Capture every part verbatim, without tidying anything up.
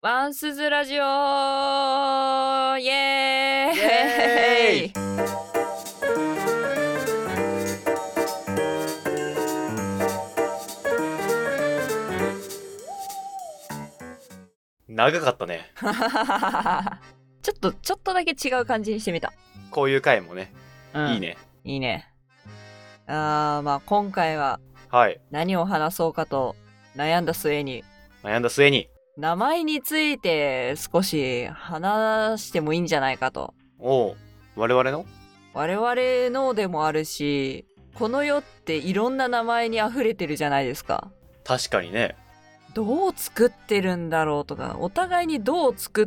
ワンスズラジオイエーイ、 イエーイ長かったね。 ちょっとちょっとだけ違う感じにしてみた。 こういう回もね、 うん、 いいね。 いいね。あーまあ今回ははい何を話そうかと悩んだ末に悩んだ末に名前について少し話してもいいんじゃないかと。 おう我々の我々のでもあるし、この世っていろんな名前に溢れてるじゃないですか。 確かにね。 どう作ってるんだろうとか、お互いにどう作って、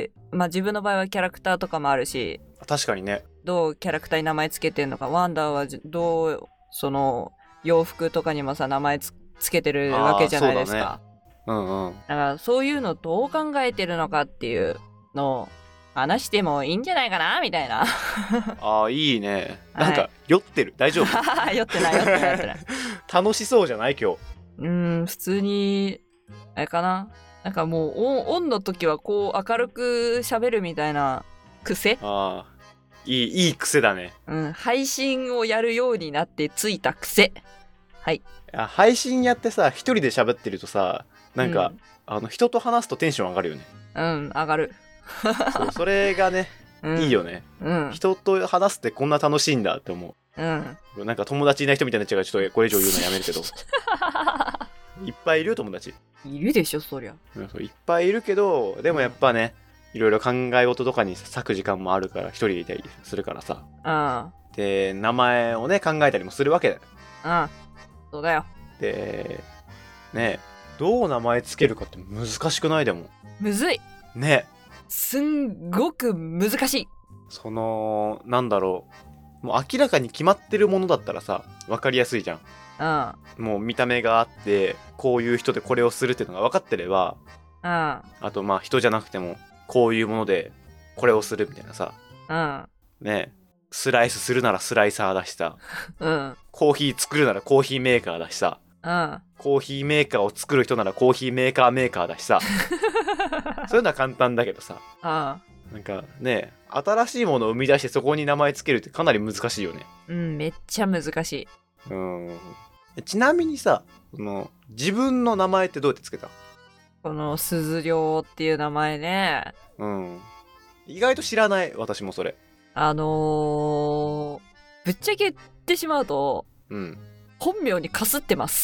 まあ自分の場合はキャラクターとかもあるし、 確かにね。 どうキャラクターに名前つけてるのか、ワンダーはどうその洋服とかにもさ名前 つ, つけてるわけじゃないですか。 うんうん。 だからそういうのどう考えてるのかっていうのを話してもいいんじゃないかなみたいな。 ああいいね。 はい、 なんか酔ってる。大丈夫？ 酔ってない酔ってない酔ってない。 楽しそうじゃない今日。 うーん普通にあれかな。なんかもうオン、オンの時はこう明るく喋るみたいな癖。 ああいいいい癖だね。 うん、配信をやるようになってついた癖。はい。 いや配信やってさ一人で喋ってるとさなんか、 うん、 あの人と話すとテンション上がるよね。 うん上がる。 そうそれがね、うん、いいよね。 うん。 人と話すってこんな楽しいんだって思う。 うん。 なんか友達いない人みたいになっちゃうからちょっとこれ以上言うのやめるけど。いっぱいいるよ友達。 いるでしょそりゃ。 そういっぱいいるけどでもやっぱね、いろいろ考え事とかに割く時間もあるから一人でいたりするからさ。 うん。 で名前をね考えたりもするわけだよ。 うん。そうだよ。 でねどう名前つけるかって難しくない？でもむずいね。 すんごく難しい。 そのなんだろう、もう明らかに決まってるものだったらさ分かりやすいじゃん。 うん。 もう見た目があってこういう人でこれをするっていうのが分かってれば、 うん。 あとまあ人じゃなくてもこういうものでこれをするみたいなさ。 うん。 ねスライスするならスライサーだしさ、 うん。 コーヒー作るならコーヒーメーカーだしさ、 うん。 コーヒーメーカーを作る人ならコーヒーメーカーメーカーだしさ。そういうのは簡単だけどさ、 ああなんかね新しいものを生み出してそこに名前つけるってかなり難しいよね。 うんめっちゃ難しい。 うんちなみにさ、その自分の名前ってどうやってつけた？ この鈴涼っていう名前ね。 うん意外と知らない。私もそれ。 あのー、ぶっちゃけ言ってしまうと、 うん、 本名にかすってます。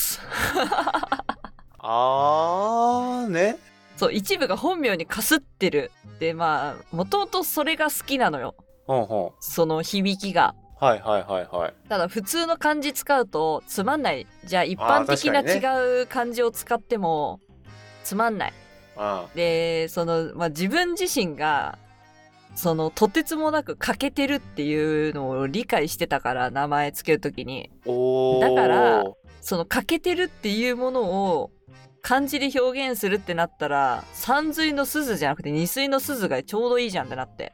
あーね。 そう一部が本名にかすってる。でまあもともとそれが好きなのよ。 ほんほん。 その響きが。 はいはいはいはい。 ただ普通の漢字使うとつまんない。じゃあ一般的な違う漢字を使ってもつまんない。 あでその、まあ、自分自身がそのとてつもなく欠けてるっていうのを理解してたから、名前つけるときに。 おだからその欠けてるっていうものを漢字で表現するってなったら、三髄の鈴じゃなくて二髄の鈴がちょうどいいじゃんってなって。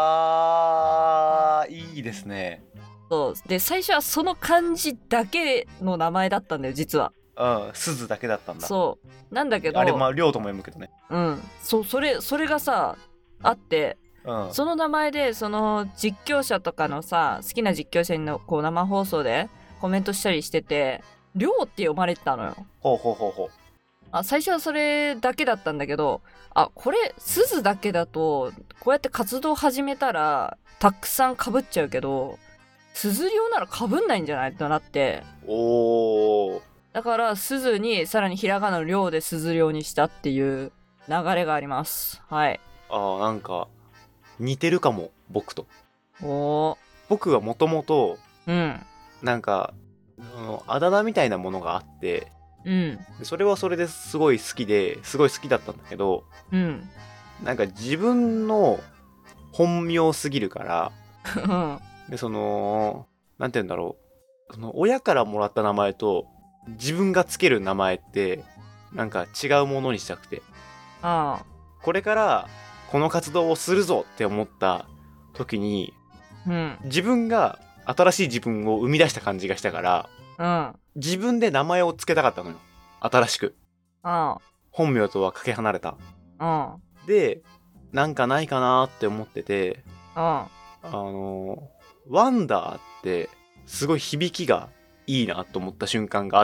あーいいですね。 そうで最初はその漢字だけの名前だったんだよ実は。 うん鈴だけだったんだ。 そうなんだけどあれまあ亮とも読むけどね。 うんそうそれそれがさあって、うん、その名前でその実況者とかのさ好きな実況者のこう生放送でコメントしたりしてて亮って読まれてたのよ。 ほうほうほうほう。 あ最初はそれだけだったんだけど、あこれ鈴だけだとこうやって活動始めたらたくさん被っちゃうけど鈴涼なら被んないんじゃないとなって、 おーだから鈴にさらにひらがなの涼で鈴涼にしたっていう流れがあります。はい。 あーなんか似てるかも僕と。 おー僕はもともとうんなんかあのあだ名みたいなものがあって、 うんそれはそれですごい好きですごい好きだったんだけど、 うんなんか自分の本名すぎるからでそのなんて言うんだろう、その親からもらった名前と自分がつける名前ってなんか違うものにしたくて、 あこれからこの活動をするぞって思った時に、 うん、 自分が新しい自分を生み出した感じがしたから、 うん、 自分で名前をつけたかったのよ。新しく。 あ本名とはかけ離れた。 うん。 で、なんかないかなって思ってて、 うん。 あの、ワンダーってすごい響きがいいなと思った瞬間があって、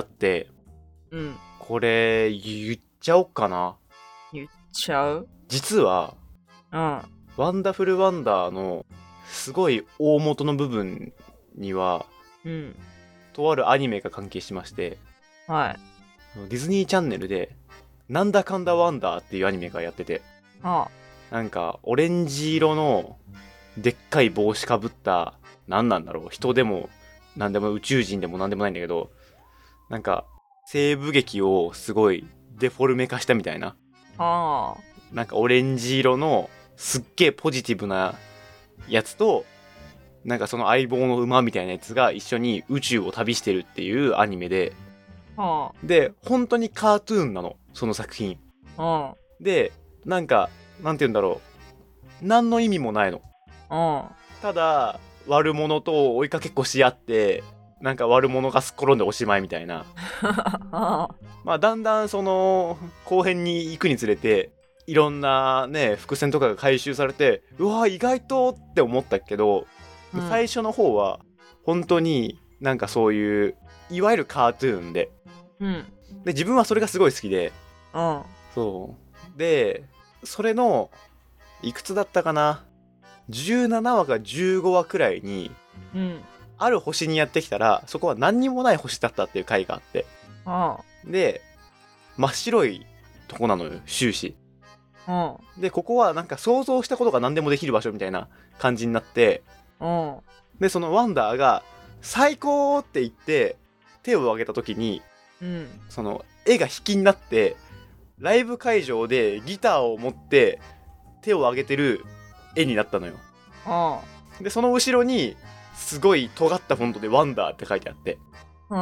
うん。 これ言っちゃおっかな。 言っちゃう？ 実は、 うん。 ワンダフルワンダーのすごい大元の部分には、 うん。 とあるアニメが関係しまして、 はい。 ディズニーチャンネルで、なんだかんだワンダーっていうアニメがやってて、 あなんかオレンジ色のでっかい帽子かぶった、なんなんだろう、人でもなんでも宇宙人でもなんでもないんだけど、なんか西部劇をすごいデフォルメ化したみたいな、 あ。 なんかオレンジ色のすっげえポジティブなやつと、なんかその相棒の馬みたいなやつが一緒に宇宙を旅してるっていうアニメで、 はあ。 で本当にカートゥーンなの、その作品。 うん。 で、なんかなんて言うんだろう、何の意味もないの。 うん。 ただ悪者と追いかけっこし合って、なんか悪者がすっ転んでおしまいみたいなまあだんだんその後編に行くにつれて、いろんなね伏線とかが回収されて、うわ意外とって思ったけど、うん、最初の方は本当になんかそういういわゆるカートゥーンで、うん、で自分はそれがすごい好きで、うん、そうで、それのいくつだったかな、じゅうななわかじゅうごわくらいに、うん、ある星にやってきたら、そこは何にもない星だったっていう回があって、ああで真っ白いとこなのよ終始、うん、でここはなんか想像したことが何でもできる場所みたいな感じになって、うん、でそのワンダーが最高って言って手を挙げた時に、うん、その絵が引きになってライブ会場でギターを持って手を挙げてる絵になったのよ。ああでその後ろにすごい尖ったフォントでワンダーって書いてあって、うん、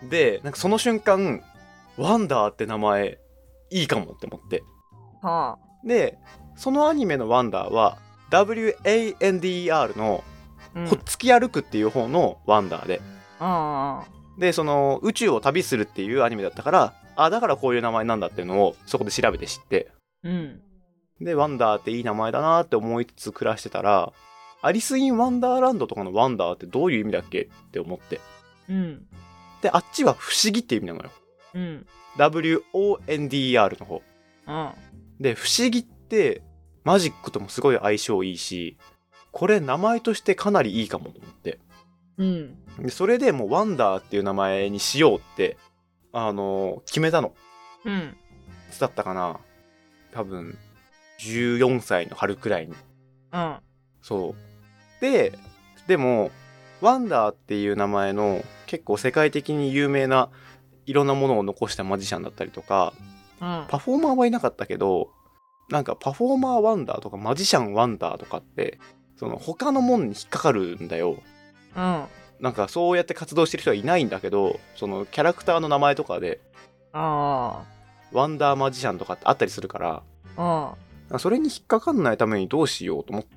でなんかその瞬間ワンダーって名前いいかもって思って、はあ、でそのアニメのワンダーは ダブリューエーエヌディーアール のほっつき歩くっていう方のワンダーで、うん、でその宇宙を旅するっていうアニメだったから、あだからこういう名前なんだっていうのをそこで調べて知って、うん、でワンダーっていい名前だなって思いつつ暮らしてたら、アリス・イン・ワンダーランドとかのワンダーってどういう意味だっけって思って、うん、であっちは不思議って意味なのよ、うん、ダブリューオーエヌディーアール の方、うん、で不思議ってマジックともすごい相性いいし、これ名前としてかなりいいかもと思って、うん、でそれでもうワンダーっていう名前にしようってあのー、決めたの、うん、いつだったかな、多分じゅうよんさいの春くらいに、うん、そうで、でもワンダーっていう名前の結構世界的に有名ないろんなものを残したマジシャンだったりとか、うん、パフォーマーはいなかったけど、なんかパフォーマーワンダーとかマジシャンワンダーとかってその他のもんに引っかかるんだよ、うん、なんかそうやって活動してる人はいないんだけど、そのキャラクターの名前とかであワンダーマジシャンとかってあったりするから、あそれに引っかかんないためにどうしようと思って、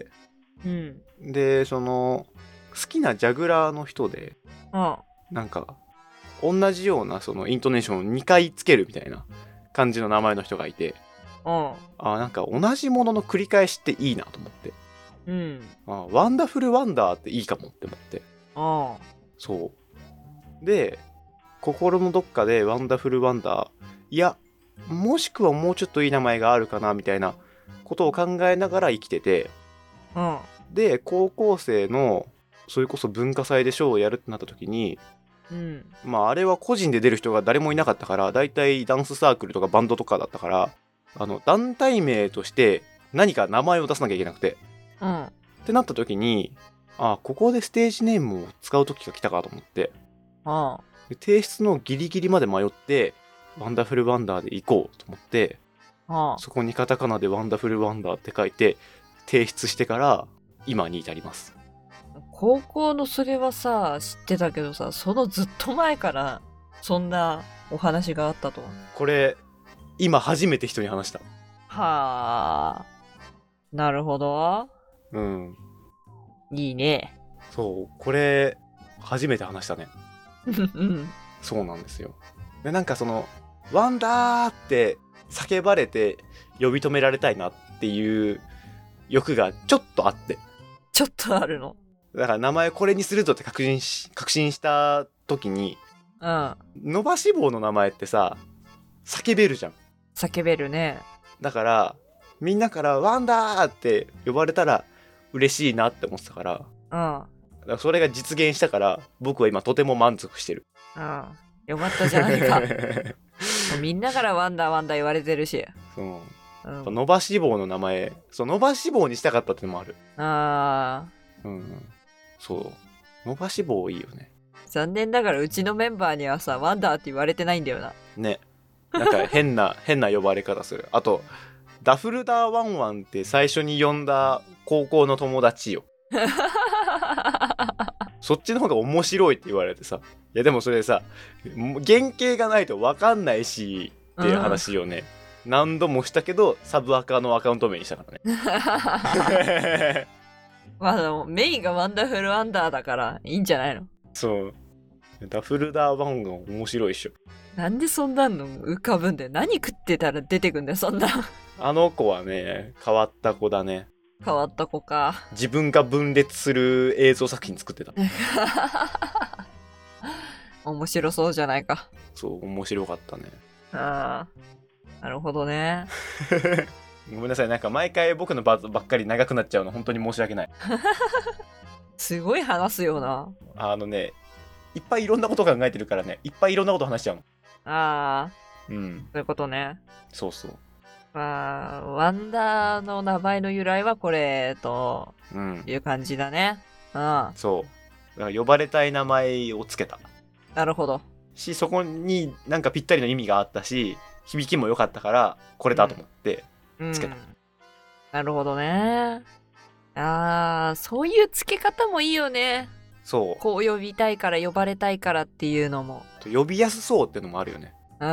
うん、でその好きなジャグラーの人で、あなんか同じようなそのイントネーションをにかいつけるみたいな感じの名前の人がいて、ああなんか同じものの繰り返しっていいなと思って、うん、あワンダフルワンダーっていいかもって思って、あそうで心のどっかでワンダフルワンダー、いやもしくはもうちょっといい名前があるかなみたいなことを考えながら生きてて、うん、で高校生のそれこそ文化祭でショーをやるってなった時に、うん、まああれは個人で出る人が誰もいなかったから、だいたいダンスサークルとかバンドとかだったから、あの団体名として何か名前を出さなきゃいけなくて、うん、ってなった時に、あここでステージネームを使う時が来たかと思って、あで提出のギリギリまで迷ってワンダフルワンダーで行こうと思って、あそこにカタカナでワンダフルワンダーって書いて提出してから今に至ります。 高校のそれはさ知ってたけどさ、そのずっと前からそんなお話があったとは。 これ今初めて人に話した。 はあ、なるほど。うん。いいね。 そう、これ初めて話したね。うん。そうなんですよ。でなんかそのワンダーって叫ばれて呼び止められたいなっていう欲がちょっとあって。 ちょっとあるの？ だから名前これにするぞって確信し確信した時に、 うん、 伸ばし棒の名前ってさ叫べるじゃん。 叫べるね。 だからみんなからワンダーって呼ばれたら嬉しいなって思ってたから、うん、だからそれが実現したから僕は今とても満足してる。 うん、よかったじゃないか。みんなからワンダーワンダー言われてるし。そう、 うん、伸ばし棒の名前、そう伸ばし棒にしたかったってのもある。 ああ、 うん、そう伸ばし棒いいよね。 残念ながらうちのメンバーにはさワンダーって言われてないんだよな。 ね、なんか変な変な呼ばれ方する。あとダフルダーワンワンって最初に呼んだ高校の友達よ。そっちの方が面白いって言われてさ、いやでもそれさ原型がないと分かんないしっていう話よね、うん、何度もしたけどサブアカのアカウント名にしたからね。 まあでもメインがワンダフルワンダーだからいいんじゃないの。 そうダフルダーワンが面白いっしょ。 なんでそんなの浮かぶんだよ。何食ってたら出てくんだよそんな。あの子はね変わった子だね。 変わった子か。 自分が分裂する映像作品作ってた。 面白そうじゃないか。 そう面白かったね。 ああ、なるほどね。 ごめんなさい、なんか毎回僕のバズばっかり長くなっちゃうの本当に申し訳ない。 すごい話すよな。 あのねいっぱいいろんなこと考えてるからね、いっぱいいろんなこと話しちゃうの。 ああ、 うん、 そういうことね。 そうそう。 まあワンダーの名前の由来はこれという感じだね。うん、うん、 そうだから呼ばれたい名前をつけた。 なるほど。しそこになんかぴったりの意味があったし響きも良かったからこれだと思ってつけた、うんうん、 なるほどね。あー、そういう付け方もいいよね。そうこう呼びたいから呼ばれたいからっていうのも呼びやすそうってのもあるよね。 うん、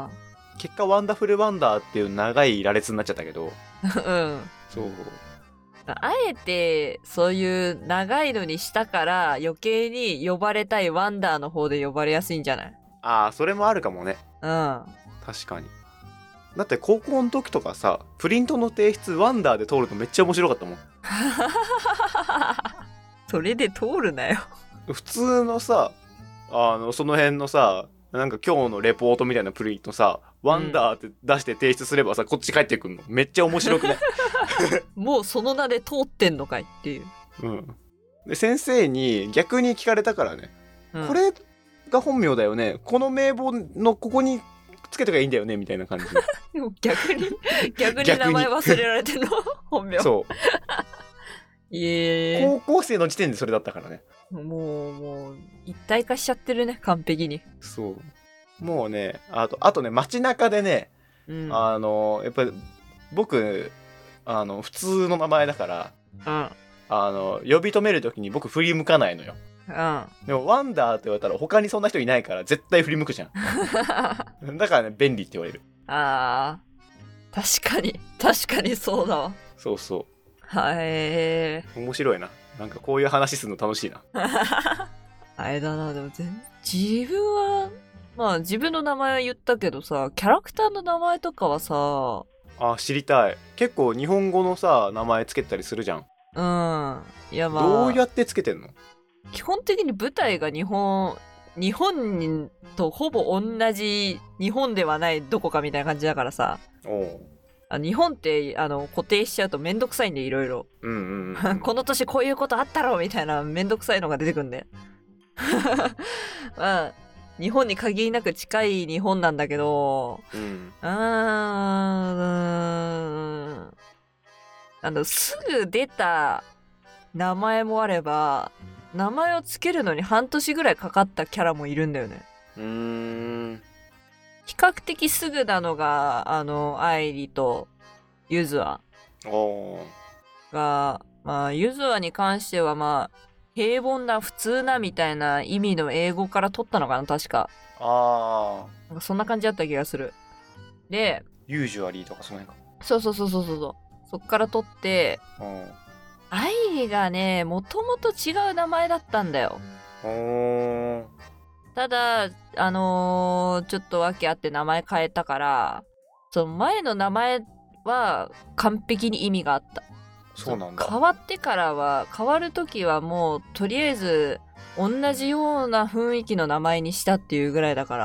結果ワンダフルワンダーっていう長い羅列になっちゃったけどうんそうあえてそういう長いのにしたから余計に呼ばれたいワンダーの方で呼ばれやすいんじゃない？ ああそれもあるかもね。 うん確かに。だって高校の時とかさプリントの提出ワンダーで通るとめっちゃ面白かったもん。 それで通るなよ。 普通のさあのその辺のさなんか今日のレポートみたいなプリントさワンダーって出して提出すればさ、うん、こっち帰ってくんのめっちゃ面白くない？ もうその名で通ってんのかいっていう。 うんで先生に逆に聞かれたからね、うん、これが本名だよねこの名簿のここにつけとかいいんだよねみたいな感じ。 でも逆に逆に名前忘れられてんの本名。 そうえ高校生の時点でそれだったからね。 もうもう一体化しちゃってるね完璧に。 そうもうねあとあとね街中でね、うん、あのやっぱり僕あの普通の名前だから、うん、あの呼び止める時に僕振り向かないのよ。うん、でもワンダーって言われたら他にそんな人いないから絶対振り向くじゃん。だからね便利って言われる。 あー確かに確かにそうだわ。 そうそうはい、 面白いな。なんかこういう話するの楽しいな。 あれだなでも全自分はまあ自分の名前は言ったけどさキャラクターの名前とかはさあ知りたい。結構日本語のさ名前つけたりするじゃん。 うんいやまあどうやってつけてんの？ 基本的に舞台が日本日本とほぼ同じ日本ではないどこかみたいな感じだからさ。おあ日本ってあの固定しちゃうとめんどくさいんでいろいろ。この年こういうことあったろみたいなめんどくさいのが出てくるんで。まあ日本に限りなく近い日本なんだけど、うん、あーあのすぐ出た名前もあれば名前をつけるのに半年ぐらいかかったキャラもいるんだよね。うーん比較的すぐなのがあの愛理とゆずあがまあゆずあに関してはまあ平凡な普通なみたいな意味の英語から取ったのかな確か。あなんかそんな感じだった気がする。でユージュアリーとかその辺か。 そうそうそうそうそうそっから取って愛理がねもともと違う名前だったんだよ。ただあのー、ちょっと訳あって名前変えたからその前の名前は完璧に意味があった。 そうなんだ。 変わってからは、変わる時はもうとりあえず同じような雰囲気の名前にしたっていうぐらいだから。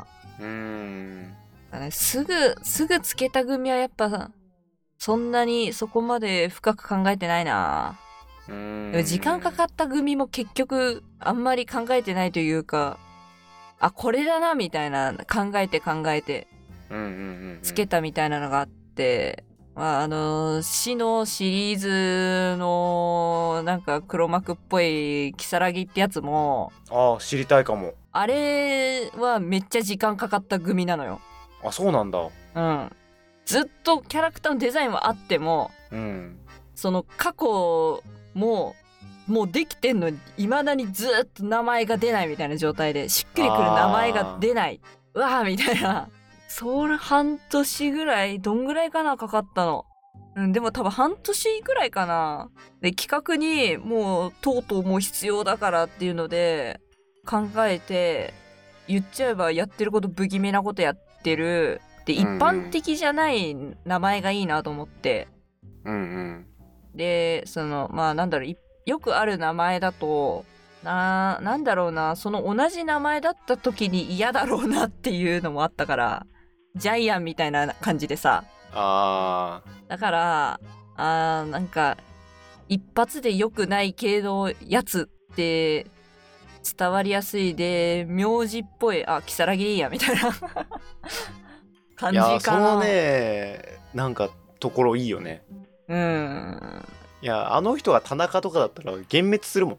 うーん。 すぐすぐつけた組はやっぱそんなにそこまで深く考えてないな。 うーん。 でも時間かかった組も結局あんまり考えてないというか、あ、これだなみたいな考えて考えてつけたみたいなのがあって、まあ、あの死のシリーズのなんか黒幕っぽいキサラギってやつも、 ああ知りたいかも。 あれはめっちゃ時間かかった組なのよ。 あ、そうなんだ。 うん。ずっとキャラクターのデザインはあっても、 うん、 その過去ももうできてんのに未だにずっと名前が出ないみたいな状態で、しっくりくる名前が出ない、うわーみたいな。それ半年ぐらい、どんぐらいかなかかったの。うん、でも多分半年ぐらいかな。で、企画にもうとうとうもう必要だからっていうので考えて、言っちゃえばやってること不気味なことやってる。で、一般的じゃない名前がいいなと思って。 うんうん。 で、その、まあなんだろう、よくある名前だと、な、なんだろうな、その同じ名前だった時に嫌だろうなっていうのもあったから、ジャイアンみたいな感じでさ。 あー。だから、あー、なんか、一発で良くない系のやつって伝わりやすいで、名字っぽい、あ、キサラギでいいや、みたいな感じかな。いや、 そのね、なんか、ところいいよね。 うん。 いや、あの人が田中とかだったら幻滅するもん。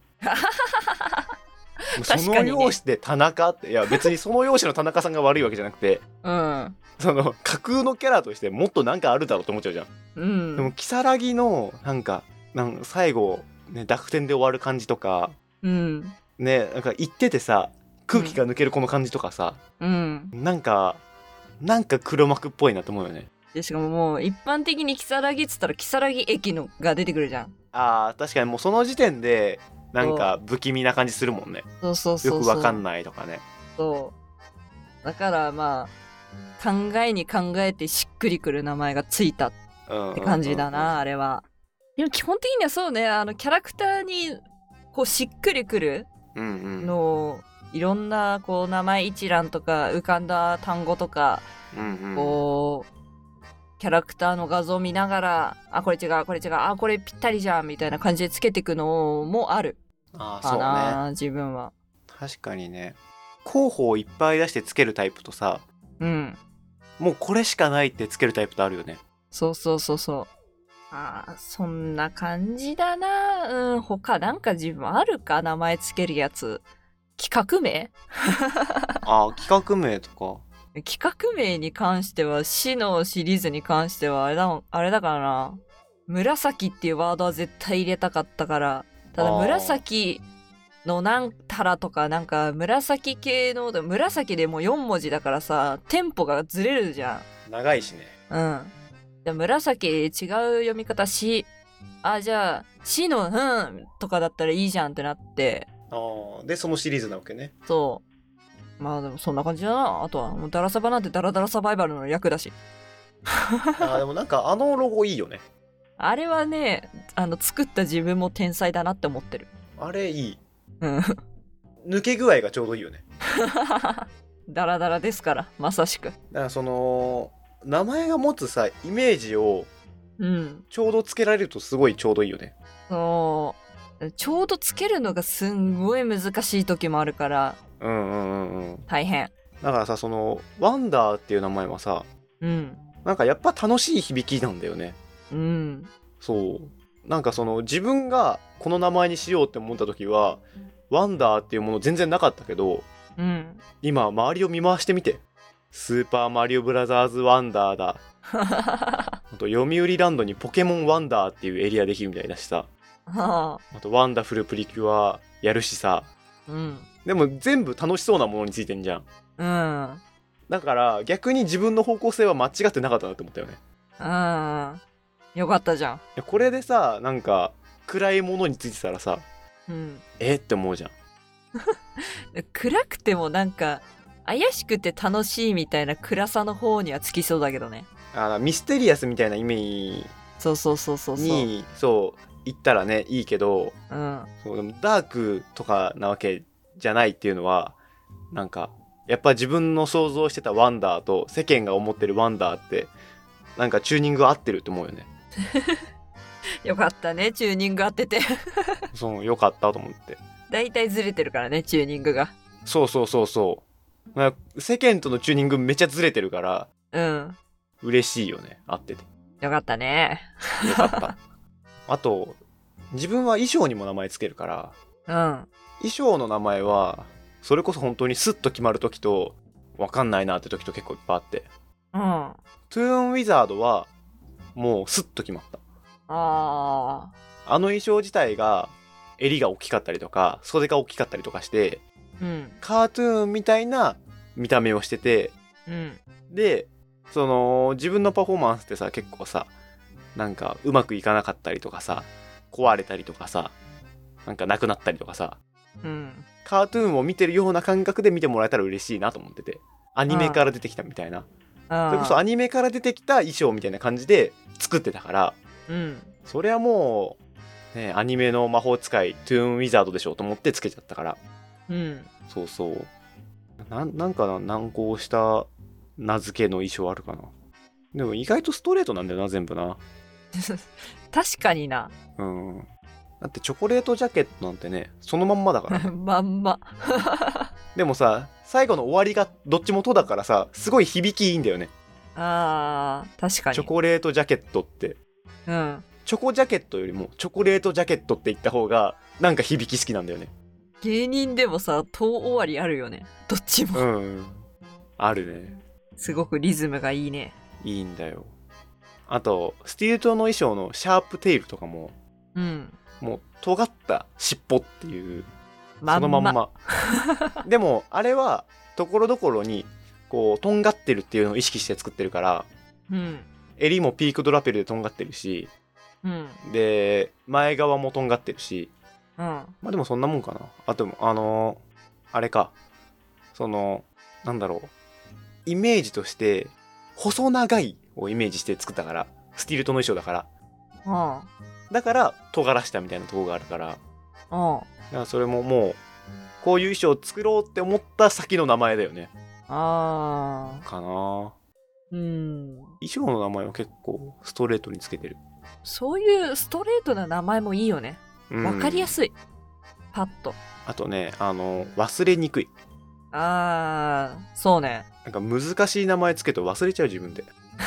その容姿で田中って、いや別にその容姿の田中さんが悪いわけじゃなくて、 うん、 その架空のキャラとしてもっとなんかあるだろうと思っちゃうじゃん。 うん、 でも如月のなんかなんか最後、ね、濁点で終わる感じとか、 うん、 ね、なんか言っててさ空気が抜けるこの感じとかさ、 うん、 なんかなんか黒幕っぽいなと思うよね。 でしかももう一般的に如月っつったら如月駅のが出てくるじゃん。 あー確かにもうその時点でなんか不気味な感じするもんね。 そうそうそうそう、 よくわかんないとかね。 そうだからまあ考えに考えてしっくりくる名前がついたって感じだな、うんうんうんうん、あれは。でも基本的にはそうね、あのキャラクターにこうしっくりくるのを、うんうん、いろんなこう名前一覧とか浮かんだ単語とか、うんうん、こうキャラクターの画像を見ながら、あ、これ違う、これ違う、あ、これぴったりじゃんみたいな感じでつけていくのもある。 ああ、そうね。 自分は。 確かにね。候補をいっぱい出してつけるタイプとさ、 うん。 もうこれしかないってつけるタイプとあるよね。 そうそうそうそう。ああ、そんな感じだな。うん、他なんか自分あるか、名前つけるやつ。企画名ああ、企画名とか。 企画名に関しては、死のシリーズに関してはあれだ、あれだからな。紫っていうワードは絶対入れたかったから。ただ紫のなんたらとか、なんか紫系の、紫でもうよん文字だからさ、テンポがずれるじゃん。長いしね。 うん。で紫違う読み方し、あ、じゃあ、死のうんとかだったらいいじゃんってなって。 ああ、で、そのシリーズなわけね。 そう。まあでもそんな感じだな。あとはもうダラサバなんてダラダラサバイバルの役だし。 あでもなんかあのロゴいいよね。 あれはね、あの作った自分も天才だなって思ってる。 あれいい。 うん。 抜け具合がちょうどいいよね。 ダラダラですからまさしく。だからその名前が持つさイメージをちょうどつけられるとすごいちょうどいいよね。 そうちょうどつけるのがすんごい難しい時もあるから。 うんうんうんうん。 大変。 だからさそのワンダーっていう名前はさ、 うん、 なんかやっぱ楽しい響きなんだよね。 うん。 そうなんかその自分がこの名前にしようって思った時はワンダーっていうもの全然なかったけど、 うん、 今周りを見回してみて。スーパーマリオブラザーズワンダーだ。あと読売ランドにポケモンワンダーっていうエリアできるみたいだしさ。あとワンダフルプリキュアやるしさ。 うん。 でも全部楽しそうなものについてんじゃん。 うん。 だから逆に自分の方向性は間違ってなかったなって思ったよね。 うん。よかったじゃん。いやこれでさなんか暗いものについてたらさ、 うん、 えって思うじゃん。 暗くてもなんか怪しくて楽しいみたいな暗さの方にはつきそうだけどね。 あミステリアスみたいな意味そうそうそうそうにそう言ったらねいいけど、 うん、 そうでもダークとかなわけじゃないっていうのはなんかやっぱ自分の想像してたワンダーと世間が思ってるワンダーってなんかチューニング合ってると思うよね。 よかったね、チューニング合っててそうよかったと思って。 だいたいずれてるからね、チューニングが。 そうそうそうそう、まあ、世間とのチューニングめっちゃずれてるからうん嬉しいよね、合ってて。 よかったね。 よかったあと自分は衣装にも名前つけるから、 うん衣装の名前はそれこそ本当にスッと決まる時と分かんないなって時と結構いっぱいあって、 うん、 トゥーンウィザードはもうスッと決まった。 ああの衣装自体が襟が大きかったりとか袖が大きかったりとかして、 うん、 カートゥーンみたいな見た目をしてて、 うん、 でその自分のパフォーマンスってさ結構さなんかうまくいかなかったりとかさ壊れたりとかさなんかなくなったりとかさ、 うん、 カートゥーンを見てるような感覚で見てもらえたら嬉しいなと思ってて、アニメから出てきたみたいな、それこそアニメから出てきた衣装みたいな感じで作ってたから、 うん、 それはもうねアニメの魔法使いトゥーンウィザードでしょうと思ってつけちゃったから、 うん、 そうそうな、なんかな難航した名付けの衣装あるかな。でも意外とストレートなんだよな全部な確かにな。 うんだってチョコレートジャケットなんてねそのまんまだから、ね、 まんまでもさ最後の終わりがどっちも「と」だからさすごい響きいいんだよね。 あー確かにチョコレートジャケットって、 うん、 チョコジャケットよりもチョコレートジャケットって言った方がなんか響き好きなんだよね。 芸人でもさ「と」終わりあるよね、どっちも。 うんあるね。 すごくリズムがいいね。 いいんだよ。あとスティール島の衣装のシャープテールとかも、 うん、 もう尖った尻尾っていうまんまそのまんまでもあれはところどころにこうとんがってるっていうのを意識して作ってるから、 うん、 襟もピークドラペルでとんがってるし、 うん、 で前側もとんがってるし、 うん、 まあでもそんなもんかな。あとあのー、あれかそのなんだろうイメージとして細長いをイメージして作ったから、スティールトの衣装だから、 うん、 だから尖らしたみたいなところがあるから、 うん、 だからそれももうこういう衣装を作ろうって思った先の名前だよね。 あかな。 うん衣装の名前は結構ストレートにつけてる。 そういうストレートな名前もいいよね。わかりやすい。パッと。 あとねあの忘れにくい。 あーそうね。 なんか難しい名前つけると忘れちゃう自分で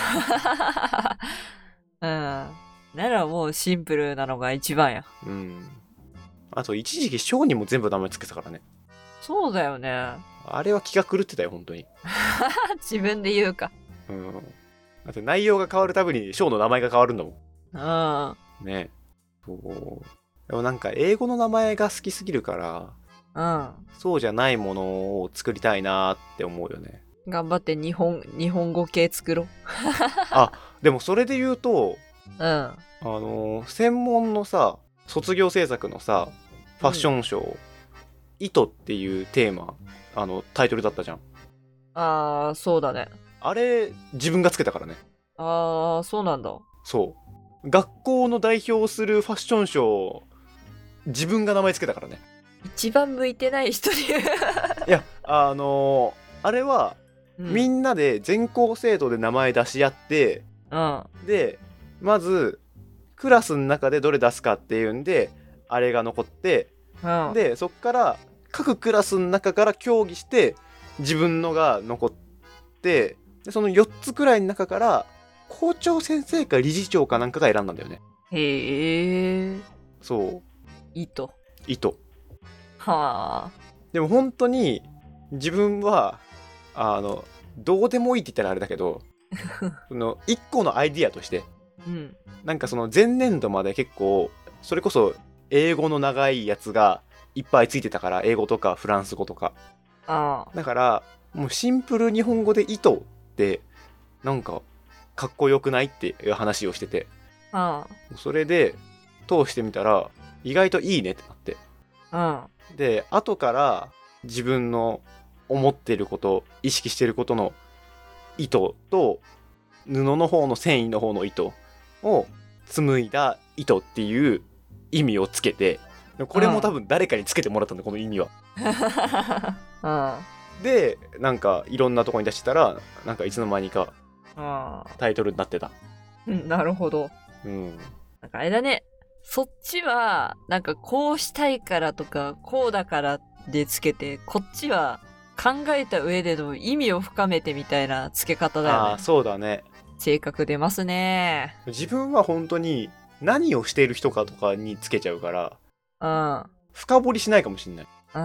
うんならもうシンプルなのが一番や。 うんあと一時期ショーにも全部名前つけてたからね。 そうだよね。 あれは気が狂ってたよ本当に自分で言うか。 うんだって内容が変わるたびにショーの名前が変わるんだもん。 うんね。そうでもなんか英語の名前が好きすぎるから、うん、そうじゃないものを作りたいなって思うよね。 頑張って日本日本語系作ろうあでもそれで言うと、 うんあのー、専門のさ卒業制作のさファッションショー、うん、糸っていうテーマあのタイトルだったじゃん。 あーそうだね。 あれ自分がつけたからね。 あーそうなんだ。 そう学校の代表するファッションショー自分が名前つけたからね。 一番向いてない人にいやあのー、あれは、うん、みんなで全校生徒で名前出し合って、うん、でまずクラスの中でどれ出すかっていうんであれが残って、うん、でそっから各クラスの中から協議して自分のが残ってでそのよっつくらいの中から校長先生か理事長かなんかが選んだんだよね。 へえ。 そう糸糸はあ。 でも本当に自分はあのどうでもいいって言ったらあれだけどそのいっこのアイディアとして、うん、なんかその前年度まで結構それこそ英語の長いやつがいっぱいついてたから、英語とかフランス語とか、あだからもうシンプル日本語で糸ってなんかかっこよくないっていう話をしてて、あそれで通してみたら意外といいねってなって、うん、で後から自分の思ってること意識してることの意図と布の方の繊維の方の糸を紡いだ糸っていう意味をつけて、これも多分誰かにつけてもらったんだ、この意味は。 うん、 でなんかいろんなとこに出してたら、なんかいつの間にかタイトルになってた。 うん、なるほど。 うん。 なんかあれだね。そっちはなんかこうしたいからとかこうだからでつけて、こっちは考えた上での意味を深めてみたいな付け方だよね。 ああ、そうだね。 性格出ますね。 自分は本当に何をしている人かとかにつけちゃうから、 うん、 深掘りしないかもしれない。 うん、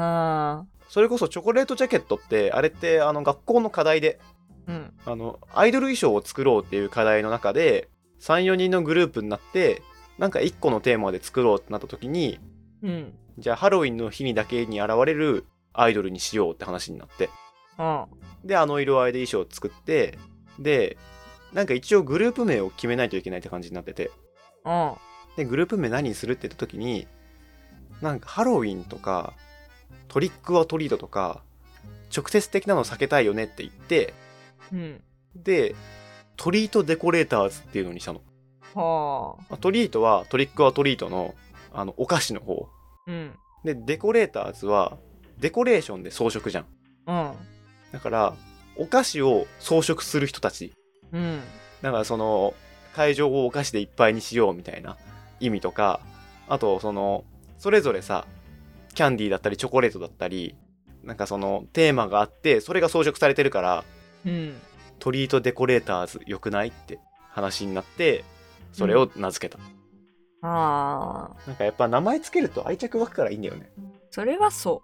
それこそチョコレートジャケットって、あれってあの学校の課題で、 うん、 あのアイドル衣装を作ろうっていう課題の中でさん、よにんのグループになって、なんかいっこのテーマで作ろうってなった時に、 うん、 じゃあハロウィンの日にだけに現れるアイドルにしようって話になって、 うん、 であの色合いで衣装を作って、でなんか一応グループ名を決めないといけないって感じになってて、 うん、 でグループ名何にするって言った時に、なんかハロウィンとかトリックオアトリートとか直接的なの避けたいよねって言って、 うん、 でトリートデコレーターズっていうのにしたの。 はあ、トリートはトリックオアトリートのあのお菓子の方、 うん、 でデコレーターズはデコレーションで装飾じゃん。 うん、 だからお菓子を装飾する人たち、 うん、 だからその会場をお菓子でいっぱいにしようみたいな意味とか、あとそのそれぞれさ、キャンディーだったりチョコレートだったり、なんかそのテーマがあってそれが装飾されてるから、 うん、 トリートデコレーターズよくないって話になって、それを名付けた。 うん、ああ、 なんかやっぱ名前つけると愛着湧くからいいんだよね。 それはそう、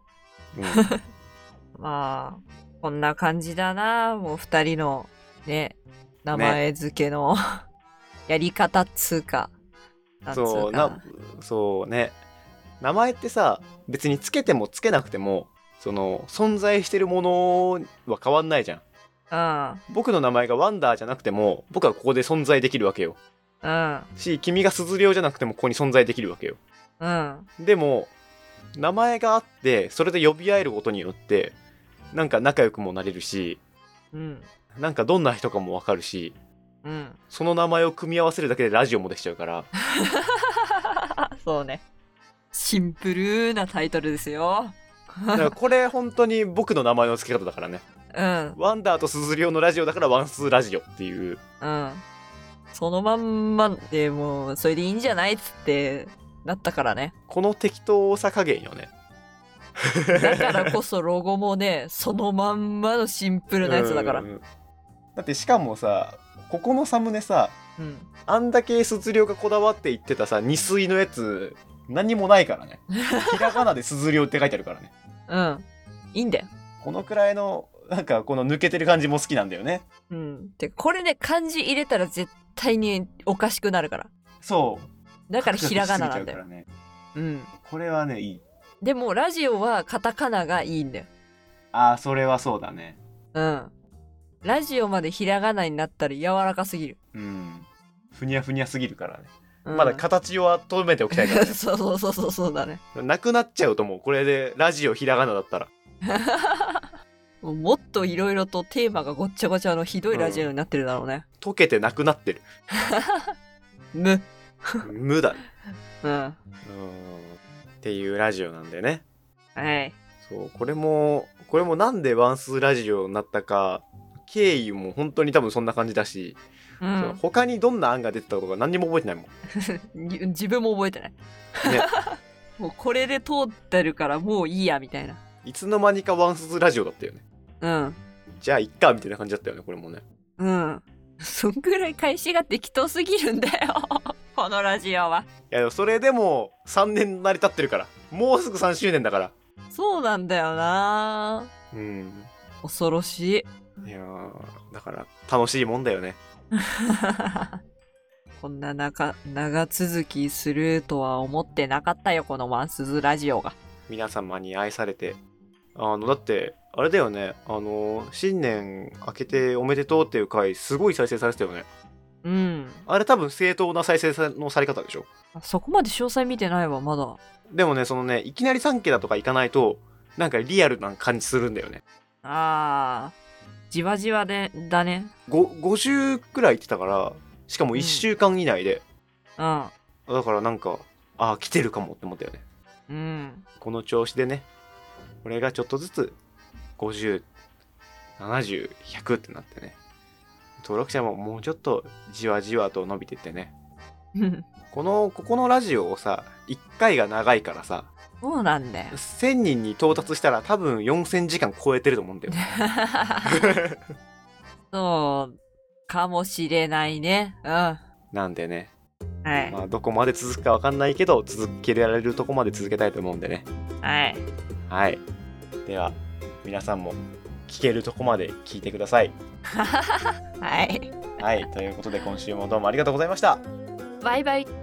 うん、 まあこんな感じだな、もう二人のね名前付けの、ね、やり方っつうか、なんつうか、 そうな、そうね、名前ってさ、別につけてもつけなくてもその存在してるものは変わんないじゃん。 うん、 僕の名前がワンダーじゃなくても僕はここで存在できるわけよ。 うん、 し、君が鈴涼じゃなくてもここに存在できるわけよ。 うん、 でも名前があってそれで呼び合えることによってなんか仲良くもなれるし、 うん、 なんかどんな人かもわかるし、 うん、 その名前を組み合わせるだけでラジオもできちゃうからそうね、シンプルなタイトルですよ。 だからこれ本当に僕の名前の付け方だからね。 うん、 ワンダーと鈴涼のラジオだからワンスーラジオっていう、 うん、そのまんまでもうそれでいいんじゃないっつってなったからね。 この適当さ加減よね。 だからこそロゴもね、そのまんまのシンプルなやつだから。 だってしかもさ、ここのサムネさ、 うん、 あんだけ鈴涼がこだわって言ってたさ、二水のやつ何もないからね。ひらがなで鈴涼って書いてあるからね。 うん、いいんだよ。 このくらいのなんかこの抜けてる感じも好きなんだよね。 うん。でこれね、漢字入れたら絶対におかしくなるから。 そう。 だからひらがななんだよ。 ね、 うん。 これはね、いい。 でもラジオはカタカナがいいんだよ。 ああ、それはそうだね。 うん。ラジオまでひらがなになったら柔らかすぎる。 うん。ふにゃふにゃすぎるからね。うん、まだ形は留めておきたいからね。 そうそうそうそうそうだね。 なくなっちゃうともうこれでラジオひらがなだったら。 もっといろいろとテーマがごっちゃごちゃのひどいラジオになってるだろうね。 うん、溶けてなくなってる。 無。 無だ。 うん。うん。 っていうラジオなんでね。 はい。 そう、これもこれもなんでワンスーラジオになったか経緯も本当に多分そんな感じだし、うん、他にどんな案が出てたことか何にも覚えてないもん。 自分も覚えてない。ね。もうこれで通ってるからもういいやみたいな。 いつの間にかワンスーラジオだったよね。 うん。 じゃあいっかみたいな感じだったよね、これもね。 うん。そんぐらい開始が適当すぎるんだよこのラジオは。 いやそれでもさんねん成り立ってるから、もうすぐさんしゅうねんだから。 そうなんだよな。 うん。 恐ろしい。いやだから楽しいもんだよね。 こんな長長続きするとは思ってなかったよ、このワンスズラジオが。 皆様に愛されて、あのだってあれだよね、あの新年明けておめでとうっていう回すごい再生されてたよね。 うん。 あれ多分正当な再生のされ方でしょ。 そこまで詳細見てないわまだ。 でもね、そのね、いきなりさんけだとかいかないとなんかリアルな感じするんだよね。 あじわじわでだね。 ごじゅうくらい言ってたから、しかもいっしゅうかん以内で、 うん、 だからなんかあ来てるかもって思ったよね。 うん、 この調子でね、これがちょっとずつごじゅう、ななじゅう、ひゃくってなってね、登録者ももうちょっとじわじわと伸びてってねこのここのラジオをさいっかいが長いからさ、 そうなんだよ。 せんにんに到達したら多分よんせんじかん超えてると思うんだよそうかもしれないね。うん。 なんでね、 はい。 まあどこまで続くかわかんないけど、続けられるとこまで続けたいと思うんでね。 はい。 はい。では皆さんも聞けるとこまで聞いてください。 はい。 はい。ということで今週もどうもありがとうございました。 バイバイ。